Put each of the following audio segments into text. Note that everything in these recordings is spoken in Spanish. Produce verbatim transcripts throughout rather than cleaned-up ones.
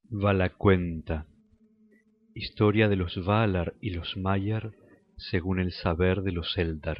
Valacuenta. Historia de los Valar y los Maiar según el saber de los Eldar.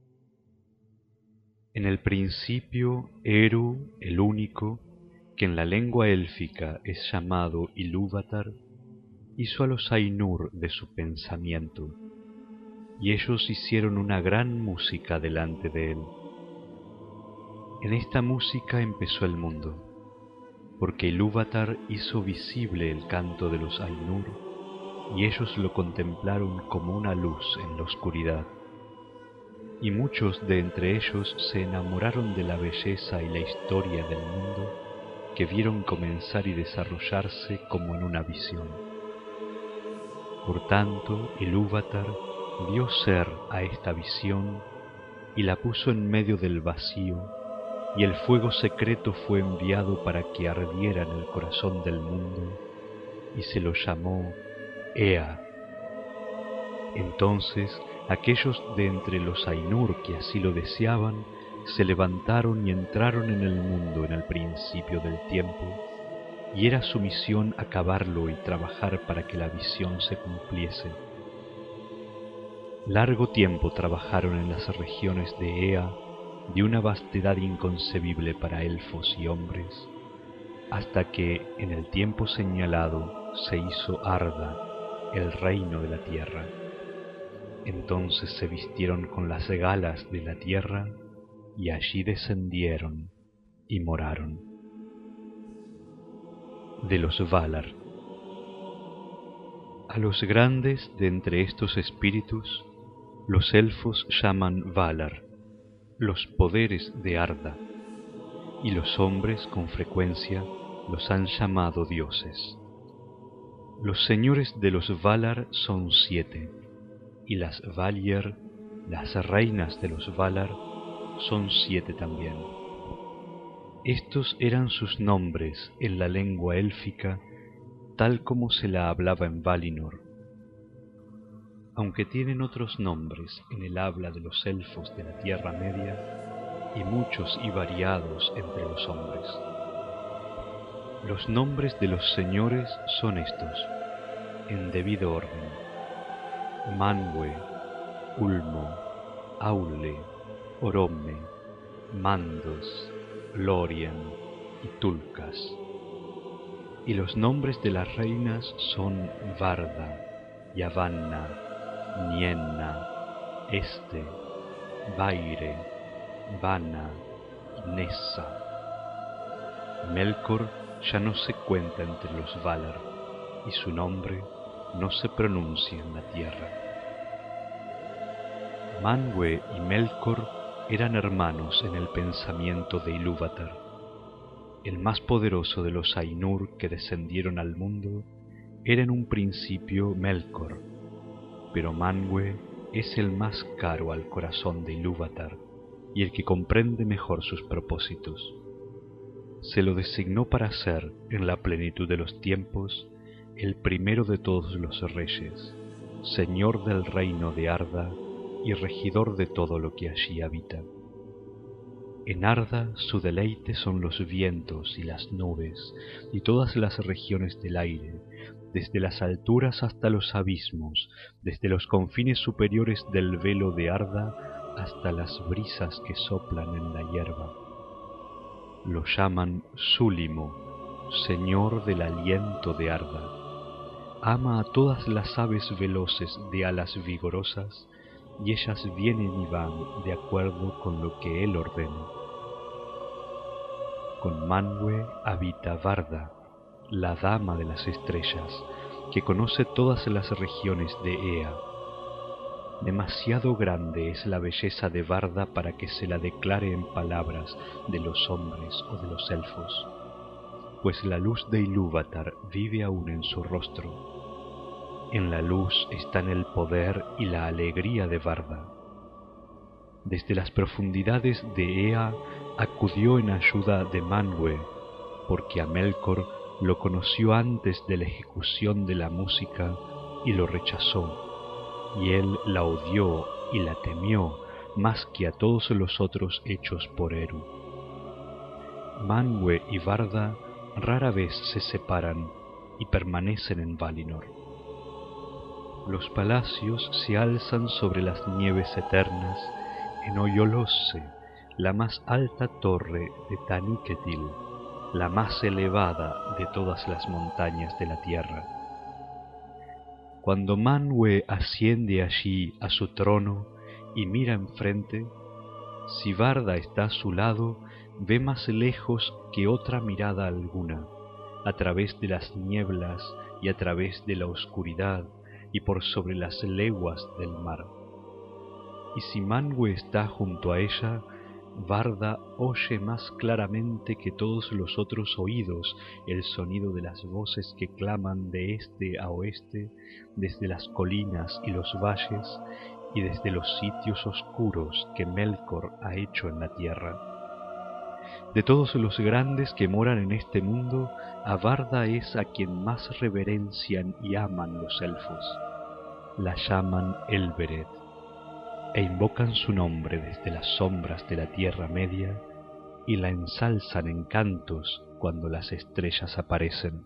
En el principio, Eru, el único, que en la lengua élfica es llamado Ilúvatar, hizo a los Ainur de su pensamiento, y ellos hicieron una gran música delante de él. En esta música empezó el mundo, porque Ilúvatar hizo visible el canto de los Ainur, y ellos lo contemplaron como una luz en la oscuridad. Y muchos de entre ellos se enamoraron de la belleza y la historia del mundo que vieron comenzar y desarrollarse como en una visión. Por tanto, Ilúvatar dio ser a esta visión y la puso en medio del vacío, y el fuego secreto fue enviado para que ardiera en el corazón del mundo, y se lo llamó Ea. Entonces aquellos de entre los Ainur que así lo deseaban se levantaron y entraron en el mundo en el principio del tiempo, y era su misión acabarlo y trabajar para que la visión se cumpliese. Largo tiempo trabajaron en las regiones de Ea, de una vastedad inconcebible para elfos y hombres, hasta que en el tiempo señalado se hizo Arda, el reino de la tierra. Entonces se vistieron con las galas de la tierra, y allí descendieron y moraron. De los Valar. A los grandes de entre estos espíritus, los elfos llaman Valar, los poderes de Arda, y los hombres con frecuencia los han llamado dioses. Los señores de los Valar son siete, y las Valier, las reinas de los Valar, son siete también. Estos eran sus nombres en la lengua élfica, tal como se la hablaba en Valinor, aunque tienen otros nombres en el habla de los elfos de la Tierra Media, y muchos y variados entre los hombres. Los nombres de los señores son estos, en debido orden: Manwë, Ulmo, Aule, Orome, Mandos, Lórien y Tulkas. Y los nombres de las reinas son Varda, Yavanna, Nienna, Este, Vaire, Vana y Nessa. Melkor ya no se cuenta entre los Valar, y su nombre no se pronuncia en la tierra. Manwë y Melkor eran hermanos en el pensamiento de Ilúvatar. El más poderoso de los Ainur que descendieron al mundo era en un principio Melkor, pero Manwë es el más caro al corazón de Ilúvatar y el que comprende mejor sus propósitos. Se lo designó para ser, en la plenitud de los tiempos, el primero de todos los reyes, señor del reino de Arda y regidor de todo lo que allí habita. En Arda su deleite son los vientos y las nubes y todas las regiones del aire, desde las alturas hasta los abismos, desde los confines superiores del velo de Arda hasta las brisas que soplan en la hierba. Lo llaman Súlimo, señor del aliento de Arda. Ama a todas las aves veloces de alas vigorosas, y ellas vienen y van de acuerdo con lo que él ordena. Con Manwë habita Varda, la dama de las estrellas, que conoce todas las regiones de Ea. Demasiado grande es la belleza de Varda para que se la declare en palabras de los hombres o de los elfos, pues la luz de Ilúvatar vive aún en su rostro. En la luz están el poder y la alegría de Varda. Desde las profundidades de Ea acudió en ayuda de Manwë, porque a Melkor lo conoció antes de la ejecución de la música y lo rechazó, y él la odió y la temió más que a todos los otros hechos por Eru. Manwë y Varda rara vez se separan, y permanecen en Valinor. Los palacios se alzan sobre las nieves eternas en Oyolosse, la más alta torre de Taniquetil, la más elevada de todas las montañas de la tierra. Cuando Manwë asciende allí a su trono y mira enfrente, si Varda está a su lado, ve más lejos que otra mirada alguna, a través de las nieblas y a través de la oscuridad y por sobre las leguas del mar. Y si Manwë está junto a ella, Varda oye más claramente que todos los otros oídos el sonido de las voces que claman de este a oeste, desde las colinas y los valles, y desde los sitios oscuros que Melkor ha hecho en la tierra. De todos los grandes que moran en este mundo, a Varda es a quien más reverencian y aman los elfos. La llaman Elbereth, e invocan su nombre desde las sombras de la Tierra Media, y la ensalzan en cantos cuando las estrellas aparecen.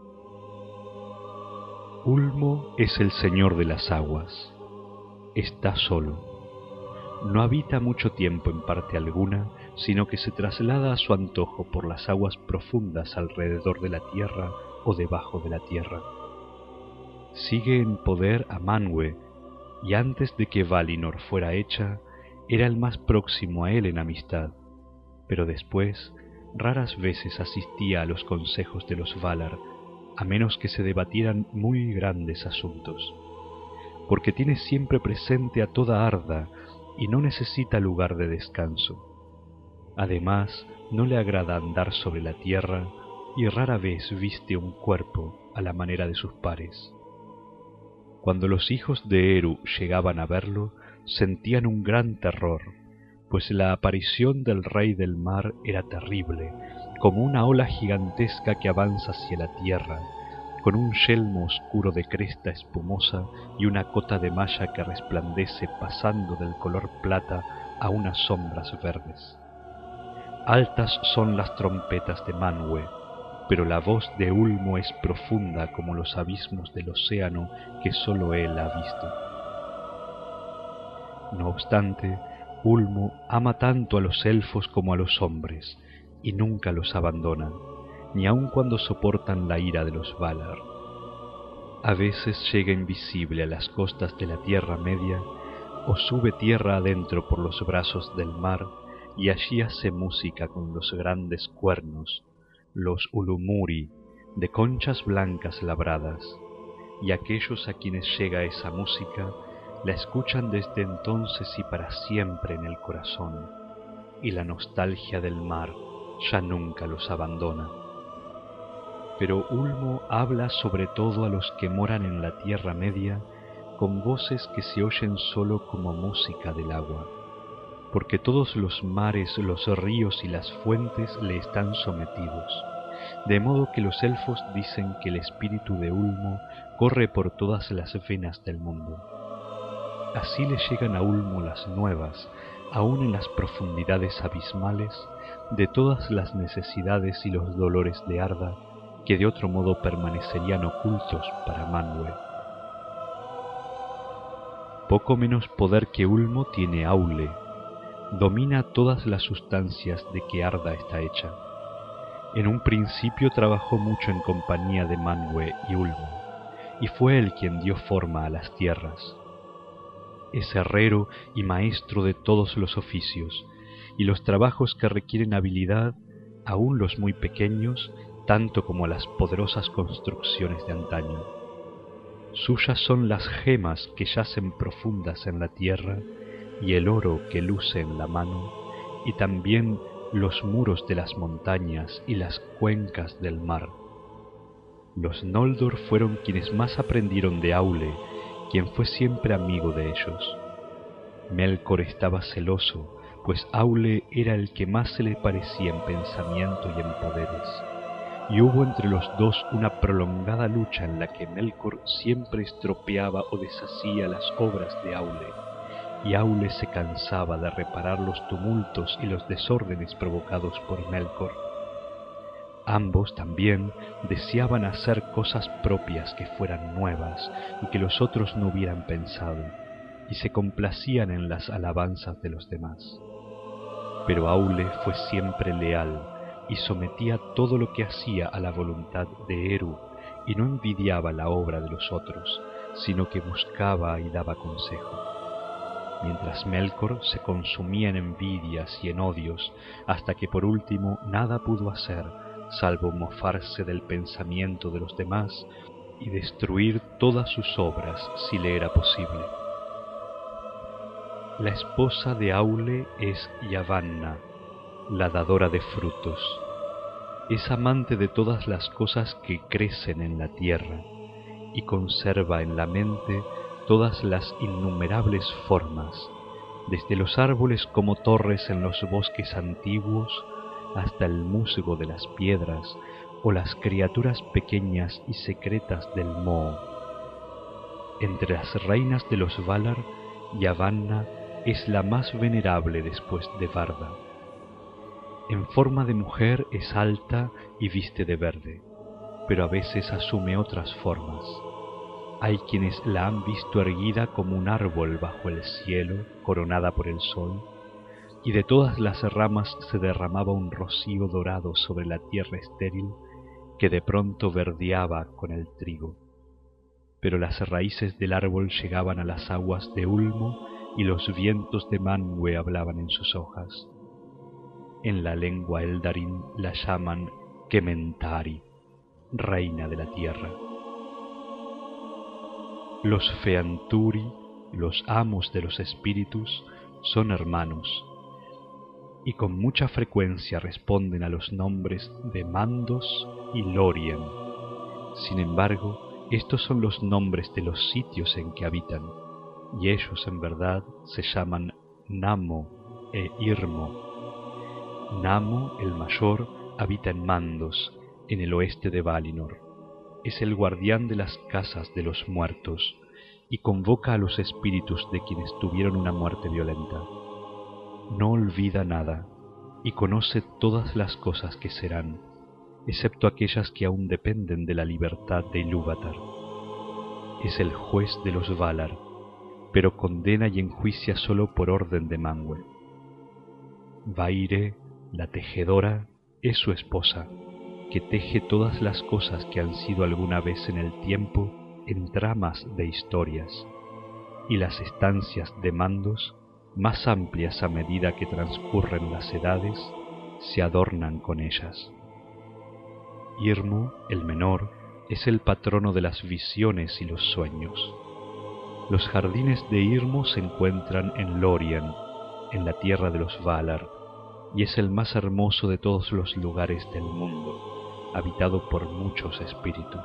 Ulmo es el señor de las aguas. Está solo. No habita mucho tiempo en parte alguna, sino que se traslada a su antojo por las aguas profundas alrededor de la tierra o debajo de la tierra. Sigue en poder a Manwë, y antes de que Valinor fuera hecha, era el más próximo a él en amistad, pero después raras veces asistía a los consejos de los Valar, a menos que se debatieran muy grandes asuntos, porque tiene siempre presente a toda Arda y no necesita lugar de descanso. Además, no le agrada andar sobre la tierra y rara vez viste un cuerpo a la manera de sus pares. Cuando los hijos de Eru llegaban a verlo, sentían un gran terror, pues la aparición del Rey del Mar era terrible, como una ola gigantesca que avanza hacia la tierra, con un yelmo oscuro de cresta espumosa y una cota de malla que resplandece pasando del color plata a unas sombras verdes. Altas son las trompetas de Manwë, pero la voz de Ulmo es profunda como los abismos del océano que sólo él ha visto. No obstante, Ulmo ama tanto a los elfos como a los hombres, y nunca los abandona, ni aun cuando soportan la ira de los Valar. A veces llega invisible a las costas de la Tierra Media, o sube tierra adentro por los brazos del mar, y allí hace música con los grandes cuernos, los Ulumuri, de conchas blancas labradas, y aquellos a quienes llega esa música la escuchan desde entonces y para siempre en el corazón, y la nostalgia del mar ya nunca los abandona. Pero Ulmo habla sobre todo a los que moran en la Tierra Media con voces que se oyen sólo como música del agua, porque todos los mares, los ríos y las fuentes le están sometidos, de modo que los elfos dicen que el espíritu de Ulmo corre por todas las venas del mundo. Así le llegan a Ulmo las nuevas, aun en las profundidades abismales, de todas las necesidades y los dolores de Arda, que de otro modo permanecerían ocultos para Manwë. Poco menos poder que Ulmo tiene Aule. Domina todas las sustancias de que Arda está hecha. En un principio trabajó mucho en compañía de Manwë y Ulmo, y fue él quien dio forma a las tierras. Es herrero y maestro de todos los oficios, y los trabajos que requieren habilidad, aun los muy pequeños, tanto como las poderosas construcciones de antaño. Suyas son las gemas que yacen profundas en la tierra, y el oro que luce en la mano, y también los muros de las montañas y las cuencas del mar. Los Noldor fueron quienes más aprendieron de Aule, quien fue siempre amigo de ellos. Melkor estaba celoso, pues Aule era el que más se le parecía en pensamiento y en poderes, y hubo entre los dos una prolongada lucha en la que Melkor siempre estropeaba o deshacía las obras de Aule, y Aule se cansaba de reparar los tumultos y los desórdenes provocados por Melkor. Ambos también deseaban hacer cosas propias que fueran nuevas y que los otros no hubieran pensado, y se complacían en las alabanzas de los demás. Pero Aule fue siempre leal y sometía todo lo que hacía a la voluntad de Eru, y no envidiaba la obra de los otros, sino que buscaba y daba consejo. Mientras Melkor se consumía en envidias y en odios, hasta que por último nada pudo hacer salvo mofarse del pensamiento de los demás y destruir todas sus obras si le era posible. La esposa de Aule es Yavanna, la dadora de frutos. Es amante de todas las cosas que crecen en la tierra y conserva en la mente todas las innumerables formas, desde los árboles como torres en los bosques antiguos hasta el musgo de las piedras o las criaturas pequeñas y secretas del moho. Entre las reinas de los Valar, Yavanna es la más venerable después de Varda. En forma de mujer es alta y viste de verde, pero a veces asume otras formas. Hay quienes la han visto erguida como un árbol bajo el cielo, coronada por el sol, y de todas las ramas se derramaba un rocío dorado sobre la tierra estéril que de pronto verdeaba con el trigo. Pero las raíces del árbol llegaban a las aguas de Ulmo y los vientos de Manwë hablaban en sus hojas. En la lengua Eldarin la llaman Kementari, reina de la tierra. Los Feanturi, los amos de los espíritus, son hermanos, y con mucha frecuencia responden a los nombres de Mandos y Lórien. Sin embargo, estos son los nombres de los sitios en que habitan, y ellos en verdad se llaman Namo e Irmo. Namo, el mayor, habita en Mandos, en el oeste de Valinor. Es el guardián de las casas de los muertos, y convoca a los espíritus de quienes tuvieron una muerte violenta. No olvida nada, y conoce todas las cosas que serán, excepto aquellas que aún dependen de la libertad de Ilúvatar. Es el juez de los Valar, pero condena y enjuicia solo por orden de Manwë. Vaire, la tejedora, es su esposa, que teje todas las cosas que han sido alguna vez en el tiempo en tramas de historias, y las estancias de Mandos, más amplias a medida que transcurren las edades, se adornan con ellas. Irmo, el menor, es el patrono de las visiones y los sueños. Los jardines de Irmo se encuentran en Lórien, en la tierra de los Valar, y es el más hermoso de todos los lugares del mundo, habitado por muchos espíritus.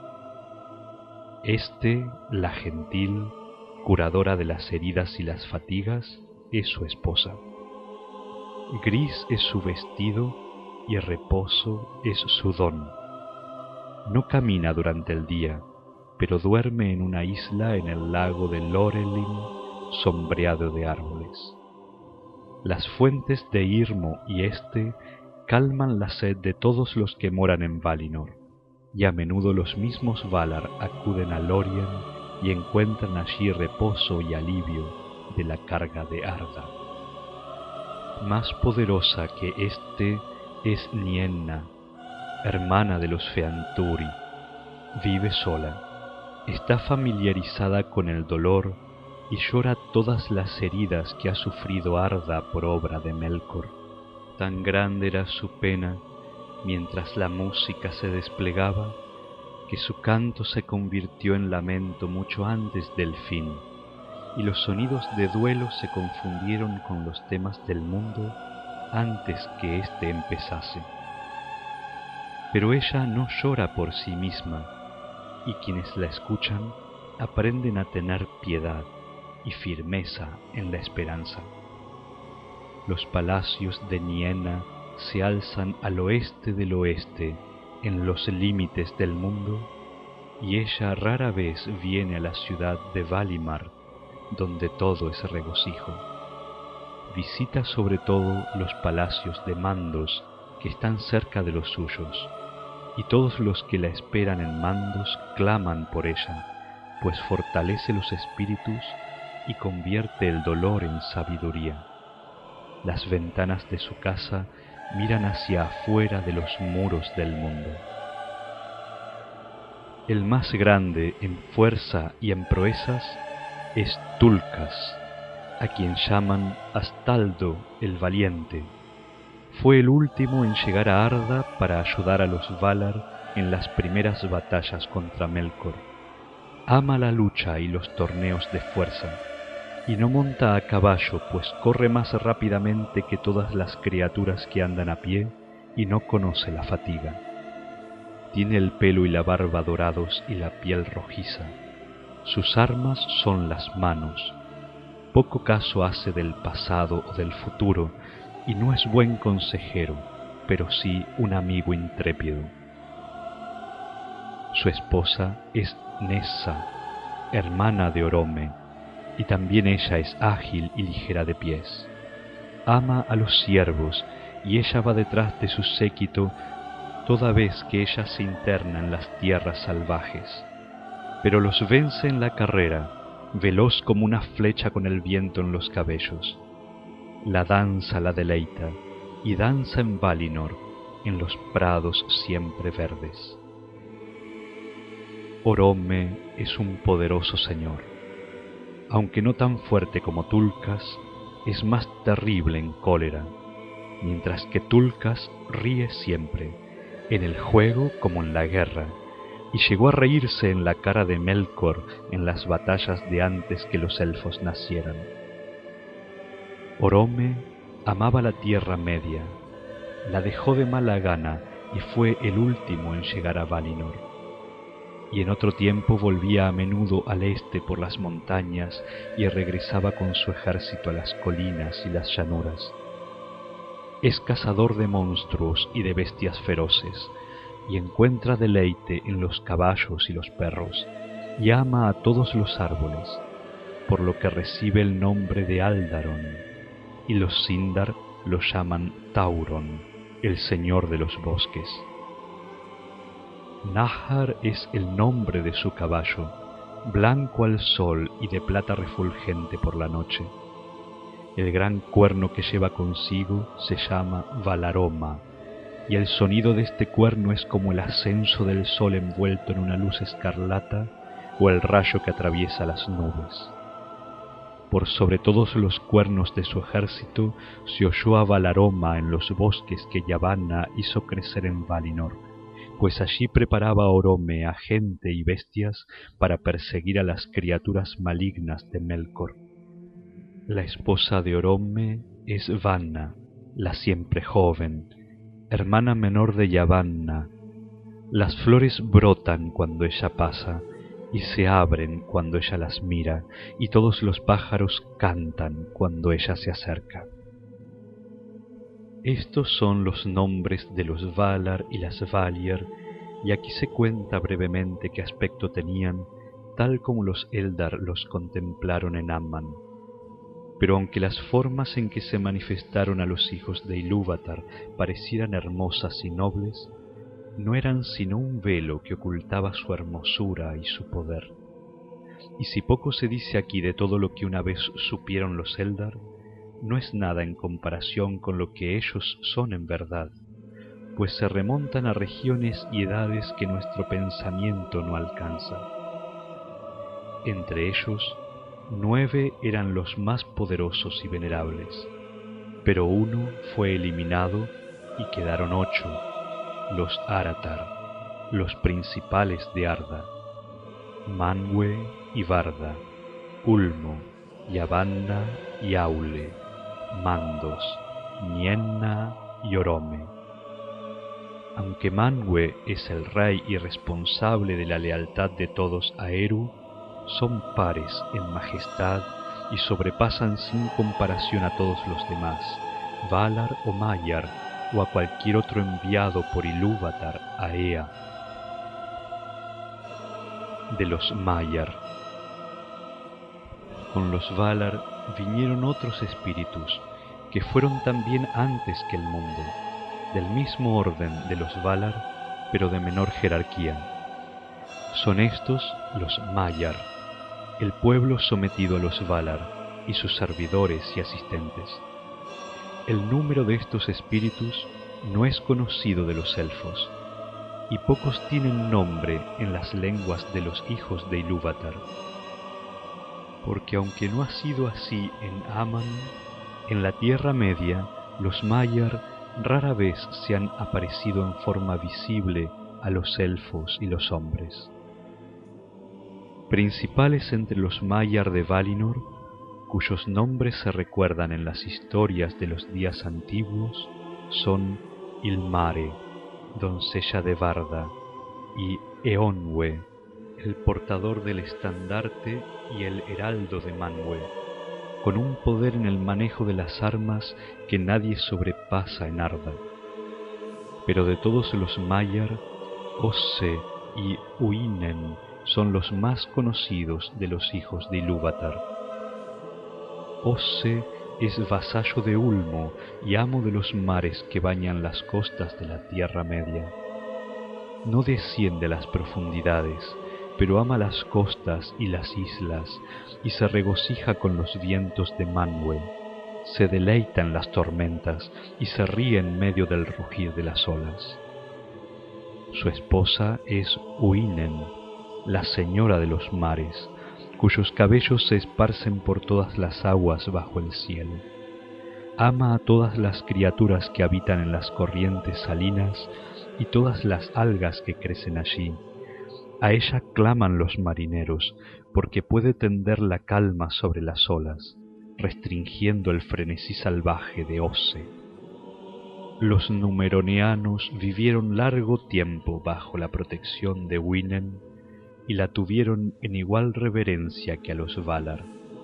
Este, la gentil, curadora de las heridas y las fatigas, es su esposa. Gris es su vestido y reposo es su don. No camina durante el día, pero duerme en una isla en el lago de Lorelin, sombreado de árboles. Las fuentes de Irmo y Este calman la sed de todos los que moran en Valinor, y a menudo los mismos Valar acuden a Lórien y encuentran allí reposo y alivio de la carga de Arda. Más poderosa que Este es Nienna, hermana de los Feanturi. Vive sola, está familiarizada con el dolor y llora todas las heridas que ha sufrido Arda por obra de Melkor. Tan grande era su pena mientras la música se desplegaba, que su canto se convirtió en lamento mucho antes del fin, y los sonidos de duelo se confundieron con los temas del mundo antes que éste empezase. Pero ella no llora por sí misma, y quienes la escuchan aprenden a tener piedad y firmeza en la esperanza. Los palacios de Nienna se alzan al oeste del oeste, en los límites del mundo, y ella rara vez viene a la ciudad de Valimar, donde todo es regocijo. Visita sobre todo los palacios de Mandos que están cerca de los suyos, y todos los que la esperan en mandos claman por ella, pues fortalece los espíritus y convierte el dolor en sabiduría. Las ventanas de su casa miran hacia afuera de los muros del mundo. El más grande en fuerza y en proezas es Tulkas, a quien llaman Astaldo el Valiente. Fue el último en llegar a Arda para ayudar a los Valar en las primeras batallas contra Melkor. Ama la lucha y los torneos de fuerza, y no monta a caballo, pues corre más rápidamente que todas las criaturas que andan a pie y no conoce la fatiga. Tiene el pelo y la barba dorados y la piel rojiza. Sus armas son las manos. Poco caso hace del pasado o del futuro, y no es buen consejero, pero sí un amigo intrépido. Su esposa es Nessa, hermana de Orome, y también ella es ágil y ligera de pies. Ama a los ciervos, y ella va detrás de su séquito toda vez que ella se interna en las tierras salvajes, pero los vence en la carrera, veloz como una flecha con el viento en los cabellos. La danza la deleita, y danza en Valinor, en los prados siempre verdes. Orome es un poderoso señor. Aunque no tan fuerte como Tulkas, es más terrible en cólera, mientras que Tulkas ríe siempre, en el juego como en la guerra, y llegó a reírse en la cara de Melkor en las batallas de antes que los elfos nacieran. Orome amaba la Tierra Media, la dejó de mala gana y fue el último en llegar a Valinor. Y en otro tiempo volvía a menudo al este por las montañas y regresaba con su ejército a las colinas y las llanuras. Es cazador de monstruos y de bestias feroces, y encuentra deleite en los caballos y los perros, y ama a todos los árboles, por lo que recibe el nombre de Aldaron, y los Sindar lo llaman Tauron, el señor de los bosques. Nahar es el nombre de su caballo, blanco al sol y de plata refulgente por la noche. El gran cuerno que lleva consigo se llama Valaroma, y el sonido de este cuerno es como el ascenso del sol envuelto en una luz escarlata o el rayo que atraviesa las nubes. Por sobre todos los cuernos de su ejército se oyó a Valaroma en los bosques que Yavanna hizo crecer en Valinor, pues allí preparaba Orome a gente y bestias para perseguir a las criaturas malignas de Melkor. La esposa de Orome es Vanna, la siempre joven, hermana menor de Yavanna. Las flores brotan cuando ella pasa, y se abren cuando ella las mira, y todos los pájaros cantan cuando ella se acerca. Estos son los nombres de los Valar y las Valier, y aquí se cuenta brevemente qué aspecto tenían, tal como los Eldar los contemplaron en Amman. Pero aunque las formas en que se manifestaron a los hijos de Ilúvatar parecieran hermosas y nobles, no eran sino un velo que ocultaba su hermosura y su poder. Y si poco se dice aquí de todo lo que una vez supieron los Eldar, no es nada en comparación con lo que ellos son en verdad, pues se remontan a regiones y edades que nuestro pensamiento no alcanza. Entre ellos, nueve eran los más poderosos y venerables, pero uno fue eliminado y quedaron ocho, los Aratar, los principales de Arda: Manwë y Barda, Ulmo, Yavanna y Aule, Mandos, Nienna y Orome. Aunque Manwë es el rey y responsable de la lealtad de todos a Eru, son pares en majestad y sobrepasan sin comparación a todos los demás, Valar o Maiar, o a cualquier otro enviado por Ilúvatar a Ea. De los Maiar. Con los Valar vinieron otros espíritus, que fueron también antes que el mundo, del mismo orden de los Valar, pero de menor jerarquía. Son estos los Maiar, el pueblo sometido a los Valar y sus servidores y asistentes. El número de estos espíritus no es conocido de los elfos, y pocos tienen nombre en las lenguas de los hijos de Ilúvatar, porque aunque no ha sido así en Aman, en la Tierra Media los Maiar rara vez se han aparecido en forma visible a los elfos y los hombres. Principales entre los Maiar de Valinor, cuyos nombres se recuerdan en las historias de los días antiguos, son Ilmare, doncella de Varda, y Eonwe, el portador del estandarte y el heraldo de Manwë, con un poder en el manejo de las armas que nadie sobrepasa en Arda. Pero de todos los Maiar, Osse y Uinen son los más conocidos de los hijos de Ilúvatar. Osse es vasallo de Ulmo y amo de los mares que bañan las costas de la Tierra Media. No desciende a las profundidades, pero ama las costas y las islas, y se regocija con los vientos de Manwë, se deleita en las tormentas y se ríe en medio del rugir de las olas. Su esposa es Uinen, la señora de los mares, cuyos cabellos se esparcen por todas las aguas bajo el cielo. Ama a todas las criaturas que habitan en las corrientes salinas y todas las algas que crecen allí. A ella claman los marineros, porque puede tender la calma sobre las olas, restringiendo el frenesí salvaje de Osse. Los Númenóreanos vivieron largo tiempo bajo la protección de Uinen y la tuvieron en igual reverencia que a los Valar.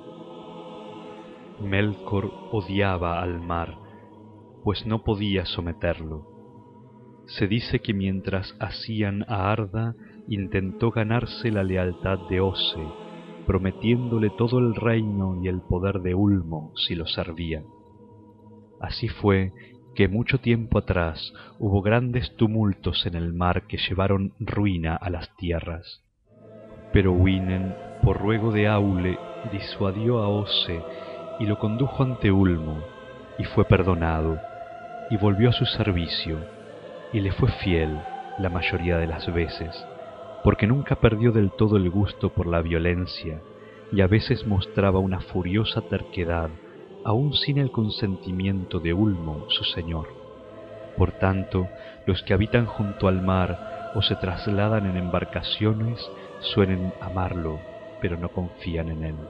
Melkor odiaba al mar, pues no podía someterlo. Se dice que mientras hacían a Arda, intentó ganarse la lealtad de Osse, prometiéndole todo el reino y el poder de Ulmo si lo servía. Así fue que mucho tiempo atrás hubo grandes tumultos en el mar que llevaron ruina a las tierras. Pero Uinen, por ruego de Aule, disuadió a Osse y lo condujo ante Ulmo, y fue perdonado, y volvió a su servicio, y le fue fiel la mayoría de las veces, porque nunca perdió del todo el gusto por la violencia, y a veces mostraba una furiosa terquedad, aun sin el consentimiento de Ulmo, su señor. Por tanto, los que habitan junto al mar o se trasladan en embarcaciones suelen amarlo, pero no confían en él.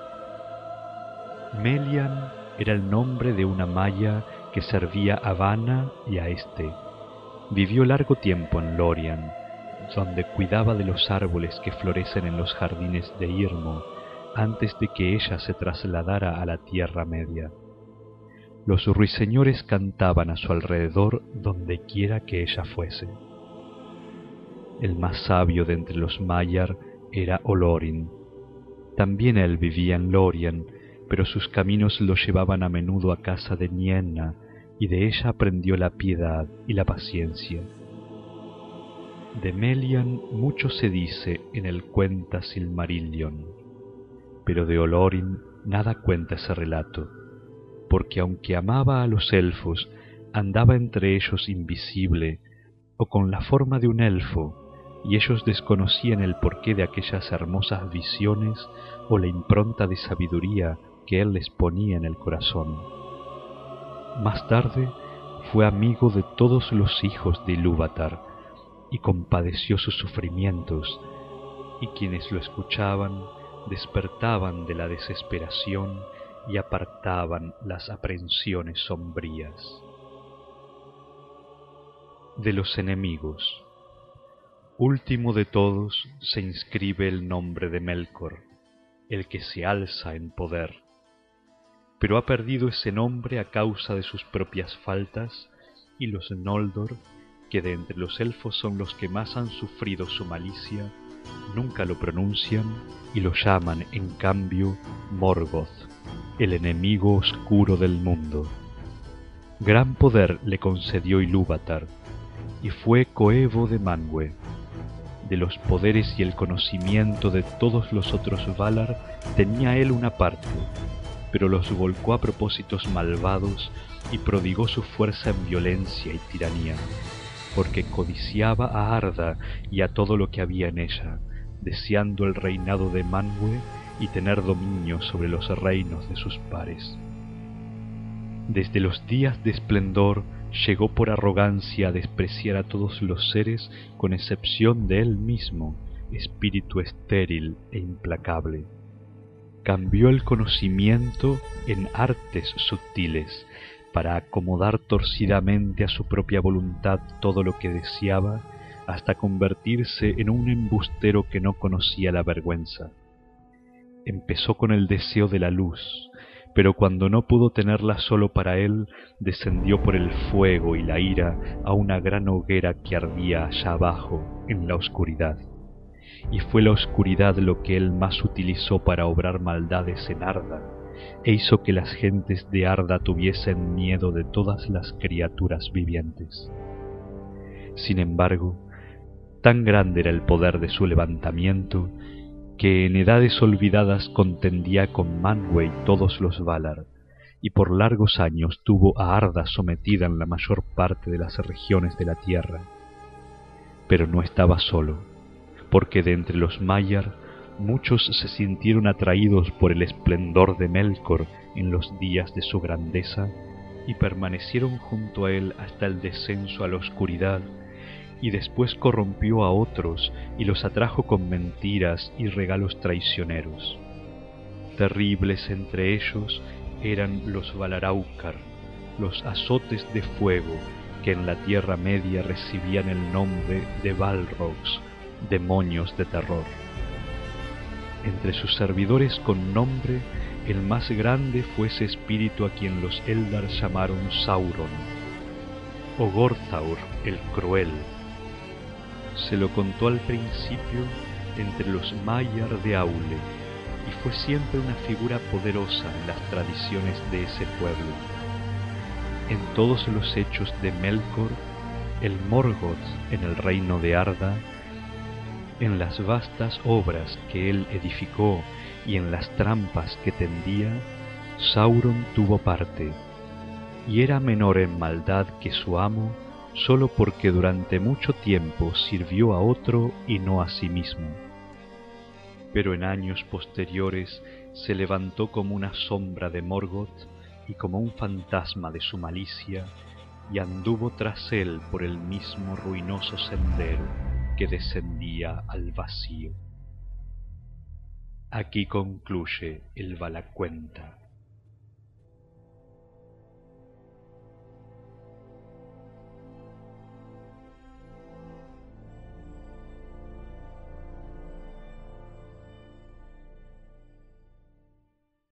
Melian era el nombre de una Maia que servía a Vana y a Este. Vivió largo tiempo en Lorien, donde cuidaba de los árboles que florecen en los jardines de Irmo, antes de que ella se trasladara a la Tierra Media. Los ruiseñores cantaban a su alrededor donde quiera que ella fuese. El más sabio de entre los Maiar era Olorin. También él vivía en Lorien, pero sus caminos lo llevaban a menudo a casa de Nienna, y de ella aprendió la piedad y la paciencia. De Melian mucho se dice en el cuenta Silmarillion, pero de Olorin nada cuenta ese relato, porque aunque amaba a los elfos, andaba entre ellos invisible o con la forma de un elfo, y ellos desconocían el porqué de aquellas hermosas visiones o la impronta de sabiduría que él les ponía en el corazón. Más tarde fue amigo de todos los hijos de Ilúvatar y compadeció sus sufrimientos, y quienes lo escuchaban despertaban de la desesperación y apartaban las aprensiones sombrías. De los enemigos. Último de todos se inscribe el nombre de Melkor, el que se alza en poder. Pero ha perdido ese nombre a causa de sus propias faltas, y los Noldor, que de entre los elfos son los que más han sufrido su malicia, nunca lo pronuncian y lo llaman en cambio Morgoth, el enemigo oscuro del mundo. Gran poder le concedió Ilúvatar, y fue coevo de Manwë. De los poderes y el conocimiento de todos los otros Valar tenía él una parte, pero los volcó a propósitos malvados y prodigó su fuerza en violencia y tiranía, porque codiciaba a Arda y a todo lo que había en ella, deseando el reinado de Manwë y tener dominio sobre los reinos de sus pares. Desde los días de esplendor llegó por arrogancia a despreciar a todos los seres con excepción de él mismo, espíritu estéril e implacable. Cambió el conocimiento en artes sutiles para acomodar torcidamente a su propia voluntad todo lo que deseaba, hasta convertirse en un embustero que no conocía la vergüenza. Empezó con el deseo de la luz, pero cuando no pudo tenerla solo para él, descendió por el fuego y la ira a una gran hoguera que ardía allá abajo, en la oscuridad. Y fue la oscuridad lo que él más utilizó para obrar maldades en Arda, e hizo que las gentes de Arda tuviesen miedo de todas las criaturas vivientes. Sin embargo, tan grande era el poder de su levantamiento, que en edades olvidadas contendía con Manwë y todos los Valar, y por largos años tuvo a Arda sometida en la mayor parte de las regiones de la tierra. Pero no estaba solo, porque de entre los Maiar muchos se sintieron atraídos por el esplendor de Melkor en los días de su grandeza, y permanecieron junto a él hasta el descenso a la oscuridad, y después corrompió a otros y los atrajo con mentiras y regalos traicioneros. Terribles entre ellos eran los Valaraukar, los azotes de fuego que en la Tierra Media recibían el nombre de Balrogs, demonios de terror. Entre sus servidores con nombre, el más grande fue ese espíritu a quien los Eldar llamaron Sauron, o Gorthaur el Cruel. Se lo contó al principio entre los Maiar de Aule, y fue siempre una figura poderosa en las tradiciones de ese pueblo. En todos los hechos de Melkor, el Morgoth en el reino de Arda, en las vastas obras que él edificó y en las trampas que tendía, Sauron tuvo parte, y era menor en maldad que su amo, solo porque durante mucho tiempo sirvió a otro y no a sí mismo. Pero en años posteriores se levantó como una sombra de Morgoth y como un fantasma de su malicia, y anduvo tras él por el mismo ruinoso sendero que descendía al vacío. Aquí concluye el Valacuenta.